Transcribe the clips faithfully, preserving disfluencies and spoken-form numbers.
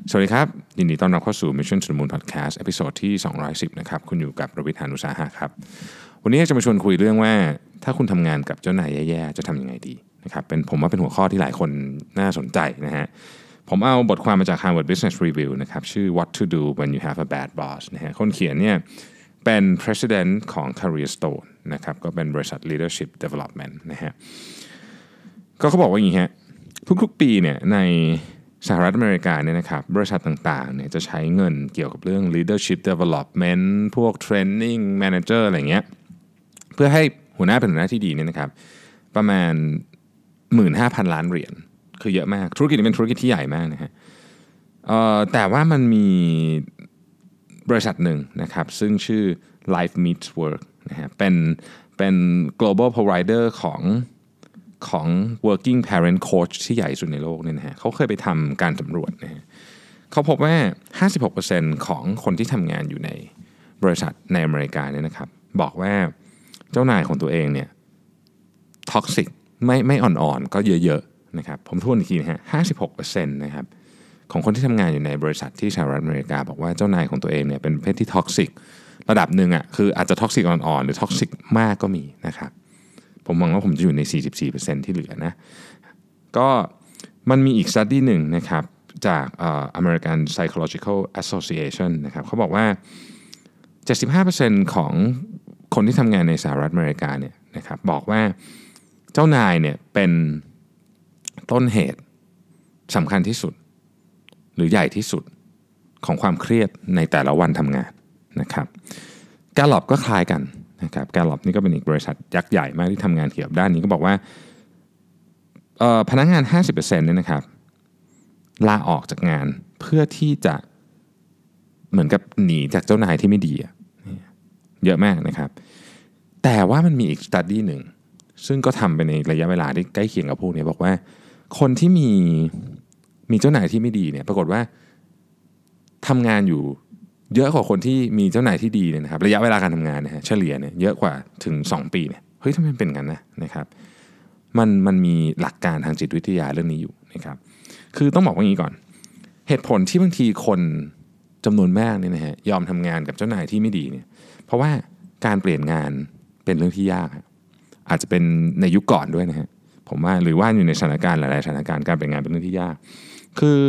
สวัสดีครับยินดีต้อนรับเข้าสู่ Mission to the Moon Podcast ตอนที่สองร้อยสิบนะครับคุณอยู่กับประวิทย์ หาญอุตสาหะครับวันนี้จะมาชวนคุยเรื่องว่าถ้าคุณทำงานกับเจ้านายแย่ๆจะทำยังไงดีนะครับเป็นผมว่าเป็นหัวข้อที่หลายคนน่าสนใจนะฮะผมเอาบทความมาจาก Harvard Business Review นะครับชื่อ What to Do when you have a bad boss นะฮะคนเขียนเนี่ยเป็น President ของ Careerstone นะครับก็เป็นบริษัท Leadership Development นะฮะก็เขาบอกว่าอย่างนี้ฮะทุกๆปีเนี่ยในสหรัฐอเมริกาเนี่ยนะครับบริษัทต่างๆเนี่ยจะใช้เงินเกี่ยวกับเรื่อง leadership development พวก training manager อะไรเงี้ยเพื่อให้หัวหน้าเป็นหัวหน้าที่ดีเนี่ยนะครับประมาณ หนึ่งหมื่นห้าพัน ล้านเหรียญคือเยอะมากธุรกิจนี้เป็นธุรกิจที่ใหญ่มากนะฮะเอ่อแต่ว่ามันมีบริษัทหนึ่งนะครับซึ่งชื่อ Life Meets Work นะฮะเป็นเป็น global provider ของของ working parent coach ที่ใหญ่สุดในโลกเนี่ยนะฮะเขาเคยไปทำการสำรวจนะฮะเขาพบว่า ห้าสิบหกเปอร์เซ็นต์ ของคนที่ทำงานอยู่ในบริษัทในอเมริกาเนี่ยนะครับบอกว่าเจ้านายของตัวเองเนี่ยท็อกซิกไม่ไม่อ่อนๆก็เยอะๆนะครับผมทวนอีกทีนะฮะ ห้าสิบหกเปอร์เซ็นต์ นะครับของคนที่ทำงานอยู่ในบริษัทที่สหรัฐอเมริกาบอกว่าเจ้านายของตัวเองเนี่ยเป็นประเภทที่ท็อกซิกระดับหนึ่งอ่ะคืออาจจะท็อกซิกอ่อนๆหรือท็อกซิกมากก็มีนะครับผมมองว่าผมจะอยู่ใน สี่สิบสี่เปอร์เซ็นต์ ที่เหลือนะก็มันมีอีก study หนึ่งนะครับจาก uh, American Psychological Association นะครับเขาบอกว่า เจ็ดสิบห้าเปอร์เซ็นต์ ของคนที่ทำงานในสหรัฐอเมริกาเนี่ยนะครับบอกว่าเจ้านายเนี่ยเป็นต้นเหตุสำคัญที่สุดหรือใหญ่ที่สุดของความเครียดในแต่ละวันทำงานนะครับ Gallup ก็คล้ายกันนะครับ Gallup นี่ก็เป็นอีกบริษัทยักษ์ใหญ่มากที่ทำงานเกี่ยวกับด้านนี้ก็บอกว่าพนักงาน ห้าสิบเปอร์เซ็นต์ เนี่ยนะครับลาออกจากงานเพื่อที่จะเหมือนกับหนีจากเจ้านายที่ไม่ดีเยอะมากนะครับแต่ว่ามันมีอีก study หนึ่งซึ่งก็ทำไปในระยะเวลาที่ใกล้เคียงกับพวกนี้บอกว่าคนที่มีมีเจ้านายที่ไม่ดีเนี่ยปรากฏว่าทำงานอยู่เยอะกว่าคนที่มีเจ้านายที่ดีเนี่ยนะครับระยะเวลาการทำงานนะฮะเฉลี่ยเนี่ยเยอะกว่าถึงสองปีเนี่ยเฮ้ยทำไมเป็นกันนะนะครับมันมันมีหลักการทางจิตวิทยาเรื่องนี้อยู่นะครับคือต้องบอกว่าอย่างนี้ก่อนเหตุผลที่บางทีคนจำนวนมากเนี่ยนะฮะยอมทำงานกับเจ้านายที่ไม่ดีเนี่ยเพราะว่าการเปลี่ยนงานเป็นเรื่องที่ยากอาจจะเป็นในยุคก่อนด้วยนะฮะผมว่าหรือว่าอยู่ในสถานการณ์หลายๆสถานการณ์การเปลี่ยนงานเป็นเรื่องที่ยากคือ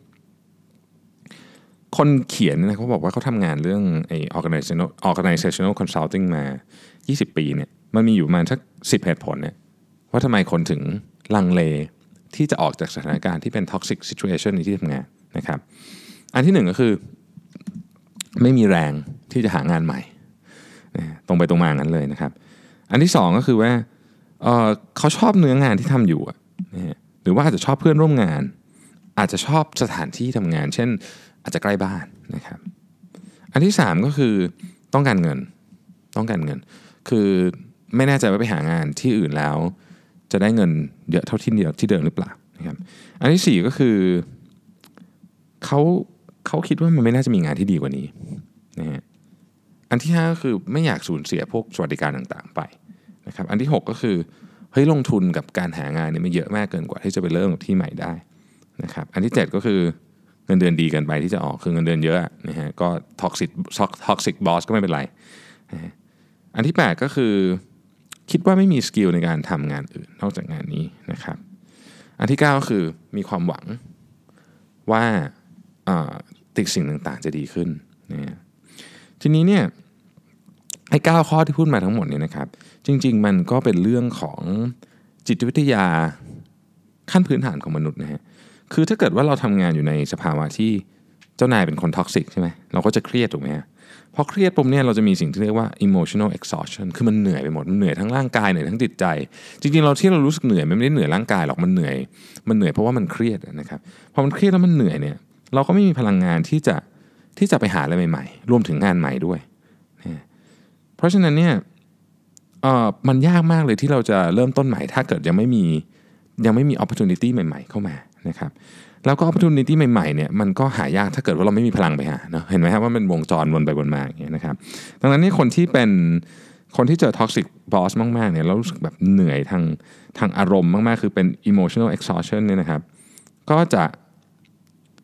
คนเขียนนะเขาบอกว่าเขาทำงานเรื่องไอ้ organizational organizational consulting มายี่สิบปีเนี่ยมันมีอยู่ประมาณสักสิบเหตุผลเนี่ยว่าทำไมคนถึงลังเลที่จะออกจากสถานการณ์ที่เป็น toxic situation ในที่ทำงานนะครับอันที่หนึ่งก็คือไม่มีแรงที่จะหางานใหม่ตรงไปตรงมางั้นเลยนะครับอันที่สองก็คือว่า เอ่อ เขาชอบเนื้องานที่ทำอยู่หรือว่าอาจจะชอบเพื่อนร่วมงานอาจจะชอบสถานที่ทำงานเช่นอาจจะใกล้บ้านนะครับอันที่สามก็คือต้องการเงินต้องการเงินคือไม่แน่ใจว่าไปหางานที่อื่นแล้วจะได้เงินเยอะเท่าที่เดิมที่เดิมหรือเปล่านะครับอันที่สี่ก็คือเขาเขาคิดว่ามันไม่น่าจะมีงานที่ดีกว่านี้นะฮะอันที่ห้าก็คือไม่อยากสูญเสียพวกสวัสดิการต่างๆไปนะครับอันที่หกก็คือเฮ้ยลงทุนกับการหางานเนี่ยมันเยอะมากเกินกว่าที่จะไปเริ่มกับที่ใหม่ได้นะครับอันที่เจ็ดก็คือเงินเดือนดีเกินไปที่จะออกคือเงินเดือนเยอะนะฮะก็ท็อกซิกท็อกซิกบอสก็ไม่เป็นไรอันที่แปดก็คือคิดว่าไม่มีสกิลในการทำงานอื่นนอกจากงานนี้นะครับอันที่เก้าก็คือมีความหวังว่าติดสิ่งต่างๆจะดีขึ้นนะทีนี้เนี่ยไอ้เก้าข้อที่พูดมาทั้งหมดเนี่ยนะครับจริงๆมันก็เป็นเรื่องของจิตวิทยาขั้นพื้นฐานของมนุษย์นะฮะคือถ้าเกิดว่าเราทำงานอยู่ในสภาวะที่เจ้านายเป็นคนท็อกซิกใช่ไหมเราก็จะเครียดถูกไหมฮะพอเครียดปุ๊บเนี่ยเราจะมีสิ่งที่เรียกว่า emotional exhaustion คือมันเหนื่อยไปหมดมันเหนื่อยทั้งร่างกายเหนื่อยทั้งจิตใจจริงๆเราที่เรารู้สึกเหนื่อยมันไม่ได้เหนื่อยร่างกายหรอกมันเหนื่อยมันเหนื่อยเพราะว่ามันเครียดนะครับพอมันเครียดแล้วมันเหนื่อยเนี่ยเราก็ไม่มีพลังงานที่จะที่จะไปหาอะไรใหม่ๆรวมถึงงานใหม่ด้วยเพราะฉะนั้นเนี่ยเอ่อมันยากมากเลยที่เราจะเริ่มต้นใหม่ถ้าเกิดยังไม่มียังไม่มี opportunity ใหม่ๆเข้ามานะครับแล้วก็ opportunity ใหม่ๆเนี่ยมันก็หายากถ้าเกิดว่าเราไม่มีพลังไปหาเนาะเห็นไหมครับว่ามันวงจรวนไปวนมาอย่างเงี้ยนะครับดังนั้นนี่คนที่เป็นคนที่เจอ toxic boss มากๆเนี่ยแล้วรู้สึกแบบเหนื่อยทางทางอารมณ์มากๆคือเป็น emotional exhaustion เนี่ยนะครับก็จะ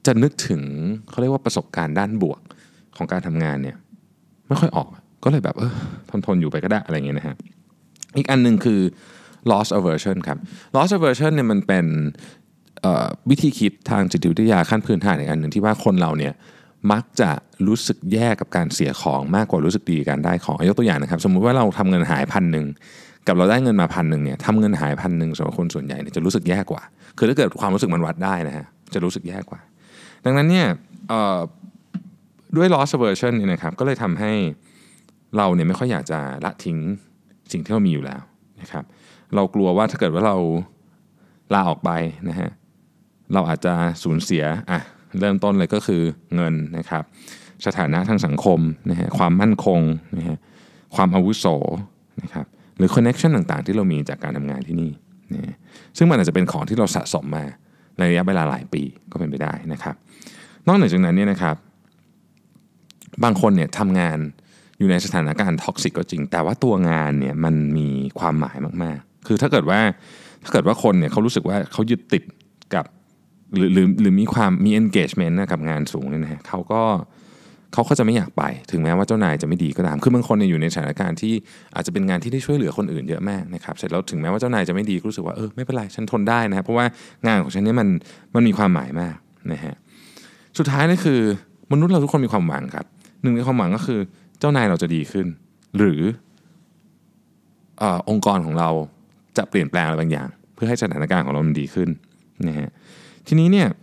จะนึกถึงเขาเรียกว่าประสบการณ์ด้านบวกของการทำงานเนี่ยไม่ค่อยออกก็เลยแบบเออทนๆอยู่ไปก็ได้อะไรเงี้ยนะฮะอีกอันนึงคือ loss aversion ครับ loss aversion เนี่ยมันเป็นวิธีคิดทางจิตวิทยาขั้นพื้นฐานอีกอันหนึ่งที่ว่าคนเราเนี่ยมักจะรู้สึกแย่กับการเสียของมากกว่ารู้สึกดีกับการได้ของยกตัวอย่างนะครับสมมุติว่าเราทำเงินหายพันหนึ่งกับเราได้เงินมาพันหนึ่งเนี่ยทำเงินหายพันหนึ่งสำหรับคนส่วนใหญ่เนี่ยจะรู้สึกแย่กว่าคือถ้าเกิดความรู้สึกมันวัดได้นะฮะจะรู้สึกแย่กว่าดังนั้นเนี่ยด้วย loss aversion เนี่ยนะครับก็เลยทำให้เราเนี่ยไม่ค่อยอยากจะละทิ้งสิ่งที่เรามีอยู่แล้วนะครับเรากลัวว่าถ้าเกิดว่าเราลาออกไปนะฮะเราอาจจะสูญเสียอ่ะเริ่มต้นเลยก็คือเงินนะครับสถานะทางสังคมนะฮะความมั่นคงนะฮะความอาวุโสนะครับหรือคอนเนคชั่นต่างๆที่เรามีจากการทำงานที่นี่นะซึ่งมันอาจจะเป็นของที่เราสะสมมาในระยะเวลาหลายปีก็เป็นไปได้นะครับนอกเหนือจากนั้นเนี่ยนะครับบางคนเนี่ยทำงานอยู่ในสถานการณ์ท็อกซิกก็จริงแต่ว่าตัวงานเนี่ยมันมีความหมายมากๆคือถ้าเกิดว่าถ้าเกิดว่าคนเนี่ยเขารู้สึกว่าเขายึดติดกับหรือหรือหรือมีความมี engagement นะกับงานสูงเนี่ยนะฮะเขาก็เขาก็จะไม่อยากไปถึงแม้ว่าเจ้านายจะไม่ดีก็ตามคือบางคนเนี่ยอยู่ในสถานการณ์ที่อาจจะเป็นงานที่ได้ช่วยเหลือคนอื่นเยอะมากนะครับเสร็จแล้วถึงแม้ว่าเจ้านายจะไม่ดีก็รู้สึกว่าเออไม่เป็นไรฉันทนได้นะครับเพราะว่างานของฉันเนี่ยมันมันมีความหมายมากนะฮะสุดท้ายนี่คือมนุษย์เราทุกคนมีความหวังครับหนึ่งในความหวังก็คือเจ้านายเราจะดีขึ้นหรือเอ่อองค์กรของเราจะเปลี่ยนแปลงอะไรบางอย่างเพื่อให้สถานการณ์ของเรามันดีขึ้นนะฮะทีนี้เนี่ย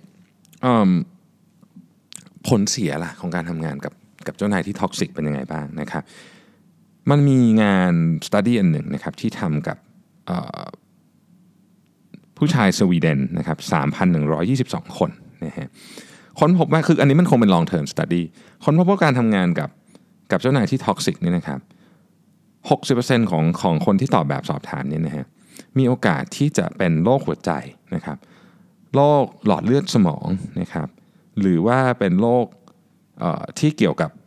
ผลเสียล่ะของการทำงานกับกับเจ้านายที่ท็อกซิกเป็นยังไงบ้างนะครับมันมีงาน study อันหนึ่งนะครับที่ทำกับผู้ชายสวีเดนนะครับ สามพันหนึ่งร้อยยี่สิบสอง คนนะฮะค้นพบว่าคืออันนี้มันคงเป็น long term study ค้นพบว่าการทำงานกับกับเจ้านายที่ท็อกซิกนี่นะครับ หกสิบเปอร์เซ็นต์ ของของคนที่ตอบแบบสอบถามเนี่ยนะฮะมีโอกาสที่จะเป็นโรคหัวใจนะครับโรคหลอดเลือดสมองนะครับหรือว่าเป็นโรคที่เกี่ยวกับ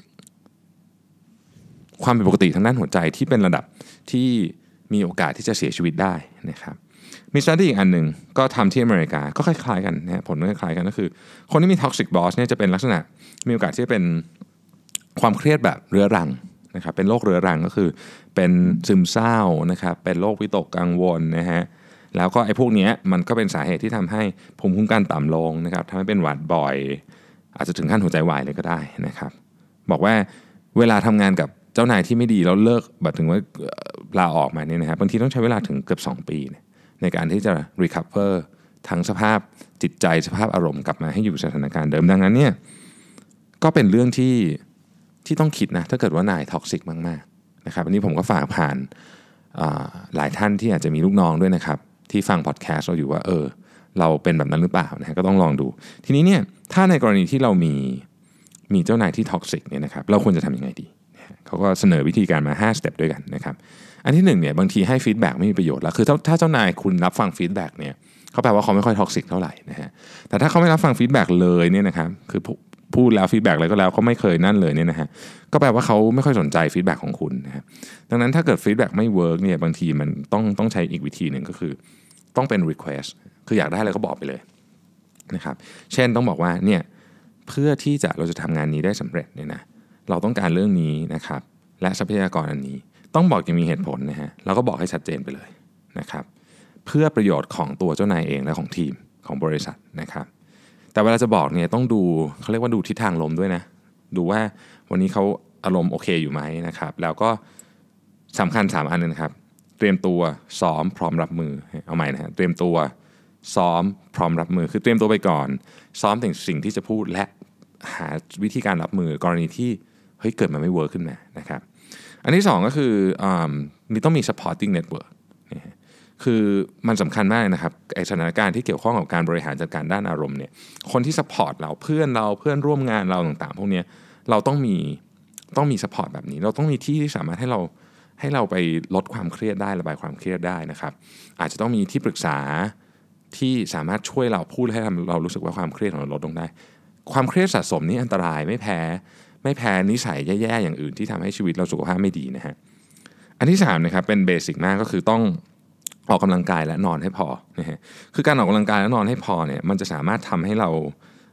ความผิดปกติทางด้านหัวใจที่เป็นระดับที่มีโอกาสที่จะเสียชีวิตได้นะครับมีสถิติอีกอันหนึ่งก็ทำที่อเมริกาก็คล้ายๆกันนะผลก็คล้ายๆกันก็คือคนที่มี toxic boss เนี่ยจะเป็นลักษณะมีโอกาสที่จะเป็นความเครียดแบบเรื้อรังนะครับเป็นโรคเรื้อรังก็คือเป็นซึมเศร้านะครับเป็นโรควิตกกังวลนะฮะแล้วก็ไอ้พวกนี้มันก็เป็นสาเหตุที่ทำให้ภูมิคุ้มกันต่ำลงนะครับทำให้เป็นหวัดบ่อยอาจจะถึงขั้นหัวใจวายเลยก็ได้นะครับบอกว่าเวลาทำงานกับเจ้านายที่ไม่ดีแล้วเลิกแบบถึงว่าลาออกมาเนี่ยนะครับบางทีต้องใช้เวลาถึงเกือบสองปีในการที่จะ recover ทั้งสภาพจิตใจสภาพอารมณ์กลับมาให้อยู่สถานการณ์เดิมดังนั้นเนี่ยก็เป็นเรื่องที่ที่ต้องคิดนะถ้าเกิดว่านายท็อกซิกมากๆนะครับอันนี้ผมก็ฝากผ่านหลายท่านที่อาจจะมีลูกน้องด้วยนะครับที่ฟังพอดแคสต์เราอยู่ว่าเออเราเป็นแบบนั้นหรือเปล่านะฮะก็ต้องลองดูทีนี้เนี่ยถ้าในกรณีที่เรามีมีเจ้านายที่ท็อกซิกเนี่ยนะครับเราควรจะทำยังไงดีเขาก็เสนอวิธีการมาห้าสเต็ปด้วยกันนะครับอันที่หนึ่งเนี่ยบางทีให้ฟีดแบ็กไม่มีประโยชน์แล้วคือถ้าถ้าเจ้านายคุณรับฟังฟีดแบ็กเนี่ยเขาแปลว่าเขาไม่ค่อยท็อกซิกเท่าไหร่นะฮะแต่ถ้าเขาไม่รับฟังฟีดแบ็กเลยเนี่ยนะครับคือพูดแล้วฟีดแบ็กอะไรก็แล้วเขาไม่เคยนั่นเลยเนี่ยนะฮะก็แปลว่าเขาไม่ค่อยสนใจฟีดแบ็กของคุณนะครับดังนั้นถ้าเกิดฟีดแบ็กไม่เวิร์กเนี่ยบางทีมันต้องต้องใช้อีกวิธีหนึ่งก็คือต้องเป็น request คืออยากได้อะไรก็บอกไปเลยนะครับเช่นต้องบอกว่าเนี่ยเพื่อที่จะเราจะทำงานนี้ได้สำเร็จเนี่ยนะเราต้องการเรื่องนี้นะครับและทรัพยากรอันนี้ต้องบอกอย่างมีเหตุผลนะฮะแล้วก็บอกให้ชัดเจนไปเลยนะครับเพื่อประโยชน์ของตัวเจ้านายเองและของทีมของบริษัทนะครับแต่เวลาจะบอกเนี่ยต้องดูเขาเรียกว่าดูทิศทางลมด้วยนะดูว่าวันนี้เขาอารมณ์โอเคอยู่ไหมนะครับแล้วก็สำคัญสามอันนะครับเตรียมตัวซ้อมพร้อมรับมือเอาใหม่นะฮะเตรียมตัวซ้อมพร้อมรับมือคือเตรียมตัวไปก่อนซ้อมถึงสิ่งที่จะพูดและหาวิธีการรับมือกรณีที่เฮ้ยเกิดมันไม่เวิร์คขึ้นมานะครับอันที่สองก็คือมีต้องมี supporting network คือมันสำคัญมากนะครับไอ้สถานการณ์ที่เกี่ยวข้องกับการบริหารจัดการด้านอารมณ์เนี่ยคนที่ support เราเพื่อนเราเพื่อนร่วมงานเราต่างๆพวกนี้เราต้องมีต้องมี support แบบนี้เราต้องมีที่ที่สามารถให้เราให้เราไปลดความเครียดได้ระบายความเครียดได้นะครับอาจจะต้องมีที่ปรึกษาที่สามารถช่วยเราพูดให้เรารู้สึกว่าความเครียดของเราลดลงได้ความเครียดสะสมนี่อันตรายไม่แพ้ไม่แพ้นิสัยแย่ๆอย่างอื่นที่ทำให้ชีวิตเราสุขภาพไม่ดีนะฮะอันที่สามนะครับเป็นเบสิกมากก็คือต้องออกกำลังกายและนอนให้พอนะฮะคือการออกกำลังกายและนอนให้พอเนี่ยมันจะสามารถทำให้เรา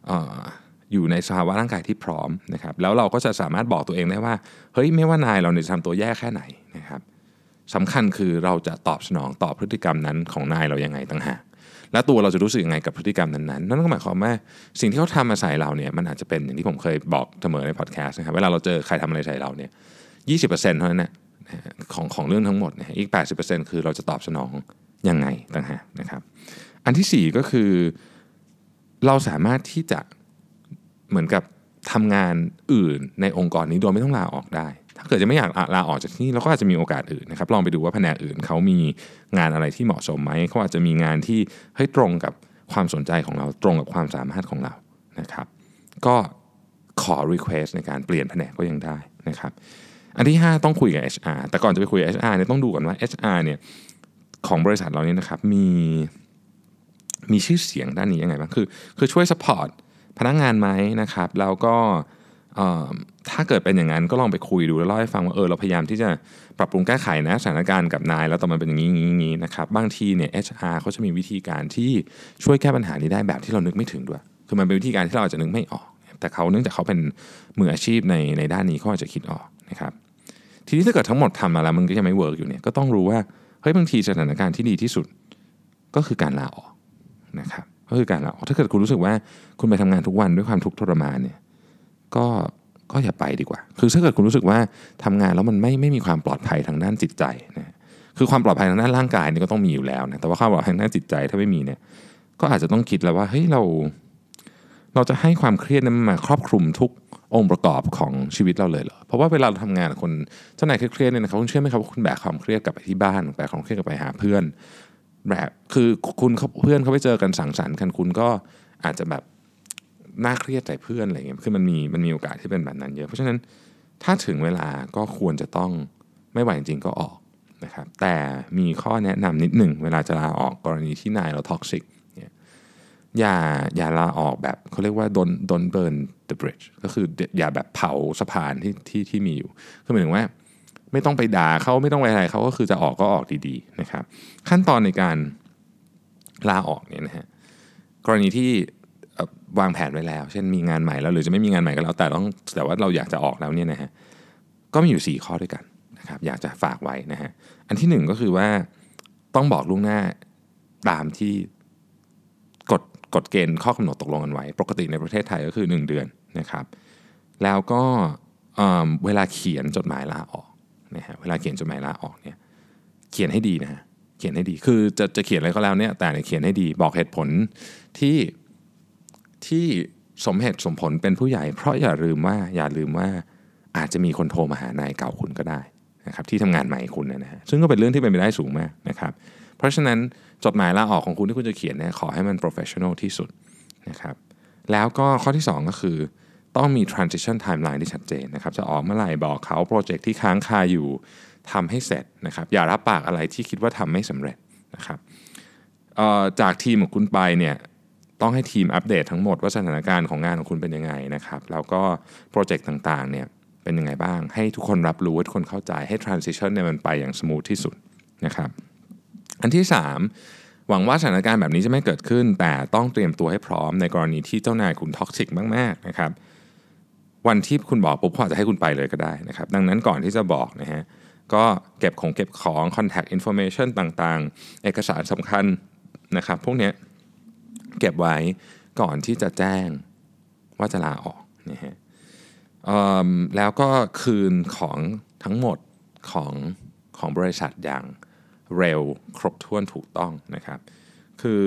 เอ่ออยู่ในสภาวะร่างกายที่พร้อมนะครับแล้วเราก็จะสามารถบอกตัวเองได้ว่าเฮ้ยไม่ว่านายเราเนี่ยจะทำตัวแย่แค่ไหนนะครับสำคัญคือเราจะตอบสนองต่อพฤติกรรมนั้นของนายเรายังไงต่างหากและตัวเราจะรู้สึกยังไงกับพฤติกรรมนั้นๆนั่นก็หมายความว่าสิ่งที่เขาทำมาใส่เราเนี่ยมันอาจจะเป็นอย่างที่ผมเคยบอกเสมอในพอดแคสต์นะครับเวลาเราเจอใครทำอะไรใส่เราเนี่ยยี่สิบเปอร์เซ็นต์เท่านั้นนะของของเรื่องทั้งหมดนะอีก แปดสิบเปอร์เซ็นต์ คือเราจะตอบสนองยังไงต่างหากนะครับอันที่สี่ก็คือเราสามารถที่จะเหมือนกับทำงานอื่นในองค์กรนี้โดยไม่ต้องลาออกได้ถ้าเกิดจะไม่อยากลาออกจากที่นี่เราก็อาจจะมีโอกาสอื่นนะครับลองไปดูว่าแผนกอื่นเขามีงานอะไรที่เหมาะสมไหมเขาอาจจะมีงานที่ให้ตรงกับความสนใจของเราตรงกับความสามารถของเรานะครับก็ขอ request ในการเปลี่ยนแผนกก็ยังได้นะครับอันที่ห้าต้องคุยกับ เอช อาร์ แต่ก่อนจะไปคุยกับ เอช อาร์ เนี่ยต้องดูก่อนว่า เอช อาร์ เนี่ยของบริษัทเราเนี่ยนะครับมีมีชื่อเสียงด้านนี้ยังไงบ้างคือคือช่วย support พนักงานไหมนะครับแล้วก็ถ้าเกิดเป็นอย่างนั้นก็ลองไปคุยดูแล้วเล่าให้ฟังว่าเออเราพยายามที่จะปรับปรุงแก้ไขนะสถานการณ์กับนายแล้วตอนมันเป็นอย่างนี้อย่างนี้นะครับบางทีเนี่ย เอช อาร์ เขาจะมีวิธีการที่ช่วยแก้ปัญหานี้ได้แบบที่เรานึกไม่ถึงด้วยคือมันเป็นวิธีการที่เราอาจจะนึกไม่ออกแต่เขาเนื่องจากเขาเป็นมืออาชีพในในด้านนี้เขาอาจจะคิดออกนะครับทีนี้ถ้าเกิดทั้งหมดทำมาแล้วมันก็ยังไม่เวิร์กอยู่เนี่ยก็ต้องรู้ว่าเฮ้ยบางทีสถานการณ์ที่ดีที่สุดก็คือการลาออกนะครับก็คือการลาออกถ้าเกิดคุณรู้สึกว่าคุณไปทำงานทุกวันด้วยความทุกข์ทรมานเนี่ยก็ก็อย่าไปดีกว่าคือถ้าเกิดคุณรู้สึกว่าทำงานแล้วมันไม่ไม่มีความปลอดภัยทางด้านจิตใจนะคือความปลอดภัยทางด้านร่างกายนี่ก็ต้องมีอยู่แล้วนะแต่ว่าความปลอดภัยทางด้านจิตใจถ้าไม่มีเนี่ยก็อาจจะต้องคิดแล้วว่าเฮ้ยเราเราจะให้ความเครียดนั้นมาครอบคลุมทุกองค์ประกอบของชีวิตเราเลยเหรอเพราะว่าเวลาเราทำงานกับคนเจ้านายเครียดๆเนี่ยนะครับคุณเชื่อไหมครับว่าคุณแบกความเครียดกลับไปที่บ้านแบกความเครียดกลับไปหาเพื่อนแบบคือคุณเพื่อนเขาไปเจอกันสังสรรค์กันคุณก็อาจจะแบบน่าเครียดใส่เพื่อนอะไรเงี้ยคือมันมีมันมีโอกาสที่เป็นแบบนั้นเยอะเพราะฉะนั้นถ้าถึงเวลาก็ควรจะต้องไม่ไหวจริงๆก็ออกนะครับแต่มีข้อแนะนำนิดหนึ่งเวลาจะลาออกกรณีที่นายเราท็อกซิกเนี่ยอย่าอย่าลาออกแบบเขาเรียกว่า don't don't burn the bridge ก็คืออย่าแบบเผาสะพานที่ที่ที่มีอยู่คือหมายถึงว่าไม่ต้องไปด่าเขาไม่ต้องไปอะไรเขาก็คือจะออกก็ออกดีๆนะครับขั้นตอนในการลาออกเนี่ยนะฮะกรณีที่วางแผนไว้แล้วเช่นมีงานใหม่แล้วหรือจะไม่มีงานใหม่ก็แล้วแต่ต้องแต่ว่าเราอยากจะออกแล้วเนี่ยนะฮะก็มีอยู่สี่ข้อด้วยกันนะครับอยากจะฝากไว้นะฮะอันที่หนึ่งก็คือว่าต้องบอกล่วงหน้าตามที่กฎกฎเกณฑ์ข้อกำหนดตกลงกันไว้ปกติในประเทศไทยก็คือหนึ่งเดือนนะครับแล้วก็เอ่อเวลาเขียนจดหมายลาออกนะฮะเวลาเขียนจดหมายลาออกเนี่ยเขียนให้ดีนะฮะเขียนให้ดีคือจะจะเขียนอะไรก็แล้วเนี่ยแต่เขียนให้ดีบอกเหตุผลที่ที่สมเหตุสมผลเป็นผู้ใหญ่เพราะอย่าลืมว่าอย่าลืมว่าอาจจะมีคนโทรมาหานายเก่าคุณก็ได้นะครับที่ทำงานใหม่คุณนะฮะซึ่งก็เป็นเรื่องที่เป็นไปได้สูงมากนะครับเพราะฉะนั้นจดหมายลาออกของคุณที่คุณจะเขียนเนี่ยขอให้มัน professional ที่สุดนะครับแล้วก็ข้อที่สองก็คือต้องมี transition timeline ที่ชัดเจนนะครับจะออกเมื่อไหร่บอกเขาโปรเจกต์ที่ค้างคาอยู่ทำให้เสร็จนะครับอย่ารับปากอะไรที่คิดว่าทำไม่สำเร็จนะครับจากทีมของคุณไปเนี่ยต้องให้ทีมอัปเดตทั้งหมดว่าสถานการณ์ของงานของคุณเป็นยังไงนะครับแล้วก็โปรเจกต์ต่างๆเนี่ยเป็นยังไงบ้างให้ทุกคนรับรู้ให้ทุกคนเข้าใจให้ transition เนี่ยมันไปอย่างสมูทที่สุดนะครับอันที่สามหวังว่าสถานการณ์แบบนี้จะไม่เกิดขึ้นแต่ต้องเตรียมตัวให้พร้อมในกรณีที่เจ้านายคุณท็อกซิกมากๆนะครับวันที่คุณบอกปุ๊บเขาอาจจะให้คุณไปเลยก็ได้นะครับดังนั้นก่อนที่จะบอกนะฮะก็เก็บของเก็บของ contact information ต่างๆเอกสารสำคัญนะครับพวกนี้เก็บไว้ก่อนที่จะแจ้งว่าจะลาออกนะฮะแล้วก็คืนของทั้งหมดของของบริษัทอย่างเร็วครบถ้วนถูกต้องนะครับคือ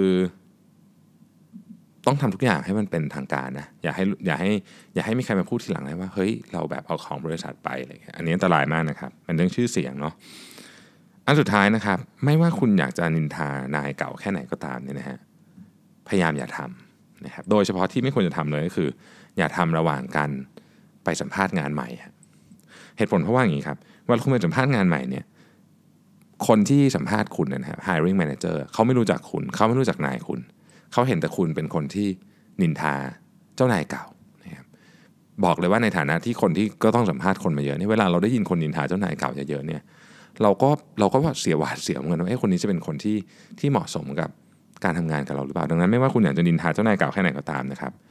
ต้องทำทุกอย่างให้มันเป็นทางการนะอย่าให้อย่าให้อย่าให้มีใครมาพูดทีหลังเลยว่าเฮ้ยเราแบบเอาของบริษัทไปอะไรเงี้ยอันนี้อันตรายมากนะครับมันเรื่องชื่อเสียงเนาะอันสุดท้ายนะครับไม่ว่าคุณอยากจะนินทานายเก่าแค่ไหนก็ตามเนี่ยนะฮะพยายามอย่าทำนะครับโดยเฉพาะที่ไม่ควรจะทำเลยก็คืออย่าทำระหว่างกันไปสัมภาษณ์งานใหม่เหตุผลเพราะว่าอย่างนี้ครับเวลาคุณไปสัมภาษณ์งานใหม่เนี่ยคนที่สัมภาษณ์คุณนะครับ hiring manager เขาไม่รู้จักคุณเขาไม่รู้จักนายคุณเขาเห็นแต่คุณเป็นคนที่นินทาเจ้านายเก่านะครับบอกเลยว่าในฐานะที่คนที่ก็ต้องสัมภาษณ์คนมาเยอะนี่เวลาเราได้ยินคนนินทาเจ้านายเก่าเยอะๆเนี่ยเราก็เราก็เสียหวาดเสียวเหมือนกันว่าไอ้คนนี้จะเป็นคนที่ที่เหมาะสมกับการทำงานกับเราหรือเปล่าดังนั้นไม่ว่าคุณอยากจะนินทาเจ้านายเก่าแค่ไหนก็ตามนะครับ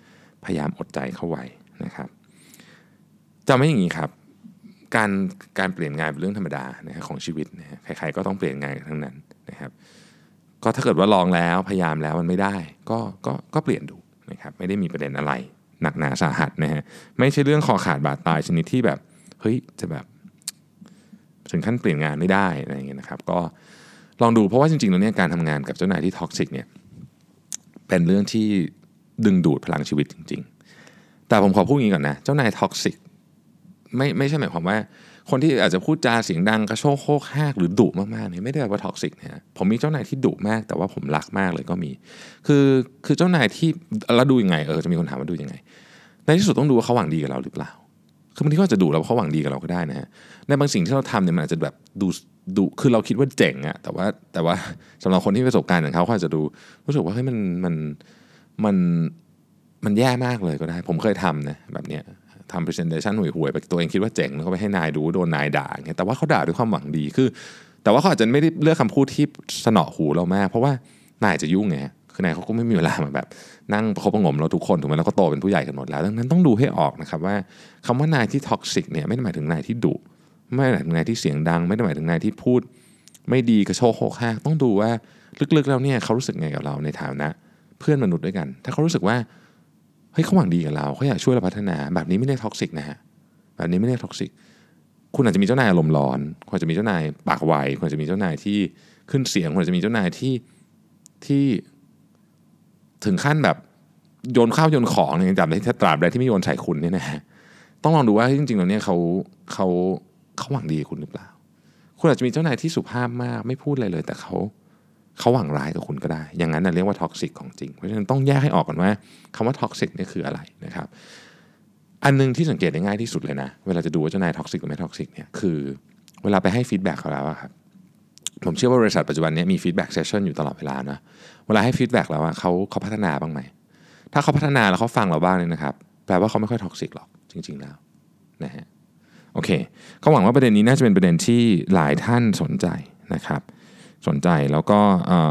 พยายามอดใจเข้าไว้นะครับจำไว้อย่างนี้ครับการการเปลี่ยนงานเป็นเรื่องธรรมดานะฮะของชีวิตนะฮะใครๆก็ต้องเปลี่ยนงานทั้งนั้นนะครับก็ถ้าเกิดว่าลองแล้วพยายามแล้วมันไม่ได้ก็ก็ก็เปลี่ยนดูนะครับไม่ได้มีประเด็นอะไรหนักหนาสาหัสนะฮะไม่ใช่เรื่องคอขาดบาดตายชนิดที่แบบเฮ้ยจะแบบถึงขั้นเปลี่ยนงานไม่ได้อะไรอย่างเงี้ยนะครับก็ลองดูเพราะว่าจริงๆแล้วเนี่ยการทำงานกับเจ้านายที่ท็อกซิกเนี่ยเป็นเรื่องที่ดึงดูดพลังชีวิตจริงๆแต่ผมขอพูดอย่างนี้ก่อนนะเจ้านายท็อกซิกไม่ไม่ใช่หมายความว่าคนที่อาจจะพูดจาเสียงดังกระโชกโคกแหกหรือดุมากๆเนี่ยไม่ได้แปลว่าท็อกซิกนะผมมีเจ้านายที่ดุมากแต่ว่าผมรักมากเลยก็มีคือคือเจ้านายที่เราดูยังไงเออจะมีคนถามว่าดูยังไงในที่สุดต้องดูว่าเขาหวังดีกับเราหรือเปล่าคือบางทีเขาจะดุเราเขาหวังดีกับเราก็ได้นะฮะในบางสิ่งที่เราทำเนี่ยมันอาจจะแบบดูดุคือเราคิดว่าเจ๋งอะแต่ว่าแต่ว่าสำหรับคนที่มีประสบการณ์อย่างเขาเขาอาจจะดูรู้สึกว่าเฮ้ยมันมันมันมันแย่มากเลยก็ได้ผมเคยทำนะแบบเนี้ยทำ presentation ห่วยๆไปตัวเองคิดว่าเจ๋งแล้วก็ไปให้นายดูโดนนายด่าเงี้ยแต่ว่าเขาด่าด้วยความหวังดีคือแต่ว่าเขาอาจจะไม่ได้เลือกคำพูดที่สนอหูเรามากเพราะว่านายจะยุ่งไงคือนายเขาก็ไม่มีเวลามาแบบนั่งประคบประหงมเราทุกคนถูกไหมแล้วก็โตเป็นผู้ใหญ่กันหมดแล้วดังนั้นต้องดูให้ออกนะครับว่าคำว่านายที่ท็อกซิกเนี่ยไม่ได้หมายถึงนายที่ดุไม่ได้หมายถึงนายที่เสียงดังไม่ได้หมายถึงนายที่พูดไม่ดีกระโชกโคกหักต้องดูว่าลึกๆแล้วเนี่ยเขารู้สึกไงกับเราในฐานะเพื่อนมนุษย์ด้วยกันถ้าเขารู้สึกว่าเฮ้ยเขาหวังดีกับเราเขาอยากช่วยเราพัฒนาแบบนี้ไม่ได้ท็อกซิกนะฮะแบบนี้ไม่ได้ท็อกซิกคุณอาจจะมีเจ้านายอารมณ์ร้อนคุณอาจจะมีเจ้านายปากไวคุณอาจจะมีเจ้านายที่ขึ้นเสียงคุณอาจจะมีเจ้านายที่ที่ถึงขั้นแบบโยนข้าวโยนของเนี่ยจับได้ถ้าตราบใดที่ไม่โยนใส่คุณเนี่ยนะฮะต้องลองดูว่าจริงๆแล้วเนี่ยเขาเขาเขาหวังดีกับคุณหรือเปล่าคุณอาจจะมีเจ้านายที่สุภาพมากไม่พูดอะไรเลยแต่เขาเขาหวังร้ายกับคุณก็ได้อย่างนั้นนะเรียกว่าท็อกซิกของจริงเพราะฉะนั้นต้องแยกให้ออกก่อนว่าคำว่าท็อกซิกนี่คืออะไรนะครับอันนึงที่สังเกตได้ง่ายที่สุดเลยนะเวลาจะดูว่าเจ้านายท็อกซิกหรือไม่ท็อกซิกเนี่ยคือเวลาไปให้ฟีดแบ็กเขาแล้วครับผมเชื่อว่าบริษัทปัจจุบันนี้มีฟีดแบ็กเซสชั่นอยู่ตลอดเวลานะเวลาให้ฟีดแบ็กแล้วเขาเขาพัฒนาบ้างไหมถ้าเขาพัฒนาแล้วเขาฟังเราบ้างเนี่ยนะครับแปลว่าเขาไม่ค่อยท็อกซิกหรอกจริงๆแล้วนะฮะโอเคก็หวังว่าประเด็นนี้น่าจะเป็นประเด็นที่หลายท่านสนใจนะครับสนใจแล้วก็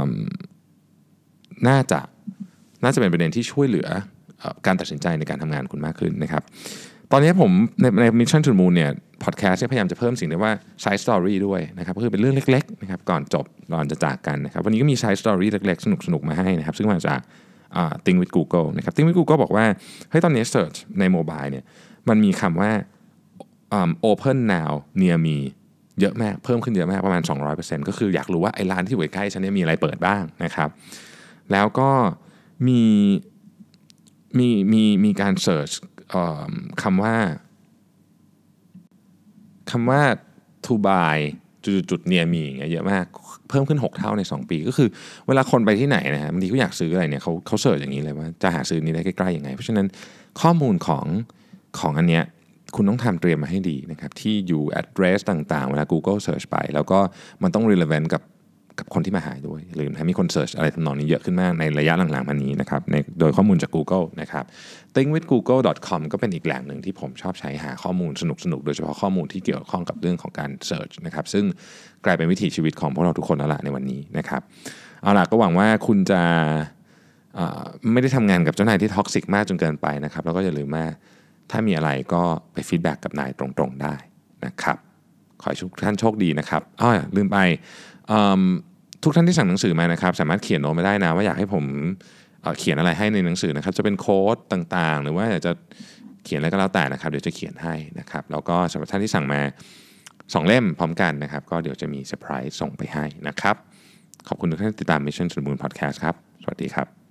น่าจะน่าจะเป็นประเด็นที่ช่วยเหลือการตัดสินใจในการทำงานคุณมากขึ้นนะครับตอนนี้ผมในใน Mission to the Moon เนี่ยพอดแคสต์พยายามจะเพิ่มสิ่งที่ว่า side story ด้วยนะครับก็คือเป็นเรื่องเล็กๆนะครับก่อนจบก่อนจะจากกันนะครับวันนี้ก็มี side story เล็กๆสนุกๆมาให้นะครับซึ่งมาจาก Think with Google นะครับ Think with Google บอกว่าเฮ้ยตอนนี้ search ในโมบายเนี่ยมันมีคำว่า um, open now near me เยอะมากเพิ่มขึ้นเยอะมากประมาณ สองร้อยเปอร์เซ็นต์ ก็คืออยากรู้ว่าไอ้ร้านที่อยู่ใกล้ฉันเนี่ยมีอะไรเปิดบ้างนะครับแล้วก็มีมีมีมีการเสิร์ชคำว่าคำว่า to buy จุดๆ near me อย่างเงี้ยเยอะมากเพิ่มขึ้นหกเท่าในสองปีก็คือเวลาคนไปที่ไหนนะฮะบางทีเขาอยากซื้ออะไรเนี่ยเขาเขาเสิร์ชอย่างนี้เลยว่าจะหาซื้อนี้ได้ใกล้ๆยังไงเพราะฉะนั้นข้อมูลของของอันเนี้ยคุณต้องทำเตรียมมาให้ดีนะครับที่อยู่ address ต่างๆเวลา Google search ไปแล้วก็มันต้อง relevant กับกับคนที่มาหาด้วยหรือมีคน search อะไรทำนองนี้เยอะขึ้นมากในระยะหลังๆมานี้นะครับในโดยข้อมูลจาก Google นะครับ think with google dot com ก็เป็นอีกแหล่งหนึ่งที่ผมชอบใช้หาข้อมูลสนุกๆโดยเฉพาะข้อมูลที่เกี่ยวข้องกับเรื่องของการ search นะครับซึ่งกลายเป็นวิถีชีวิตของพวกเราทุกคนแล้วล่ะในวันนี้นะครับเอาล่ะก็หวังว่าคุณจะไม่ได้ทำงานกับเจ้านายที่ท็อกซิกมากจนเกินไปนะครับแล้วก็อย่าลืมว่าถ้ามีอะไรก็ไปฟีดแบ็กกับนายตรงๆได้นะครับขอให้ทุกท่านโชคดีนะครับอ้อลืมไปทุกท่านที่สั่งหนังสือมานะครับสามารถเขียนโน้ตมาได้นะว่าอยากให้ผมเขียนอะไรให้ในหนังสือนะครับจะเป็นโค้ดต่างๆหรือว่าอยากจะเขียนอะไรก็แล้วแต่นะครับเดี๋ยวจะเขียนให้นะครับแล้วก็สำหรับท่านที่สั่งมาสองเล่มพร้อมกันนะครับก็เดี๋ยวจะมีเซอร์ไพรส์ส่งไปให้นะครับขอบคุณทุกท่านที่ติดตาม Mission to the Moon Podcast ครับสวัสดีครับ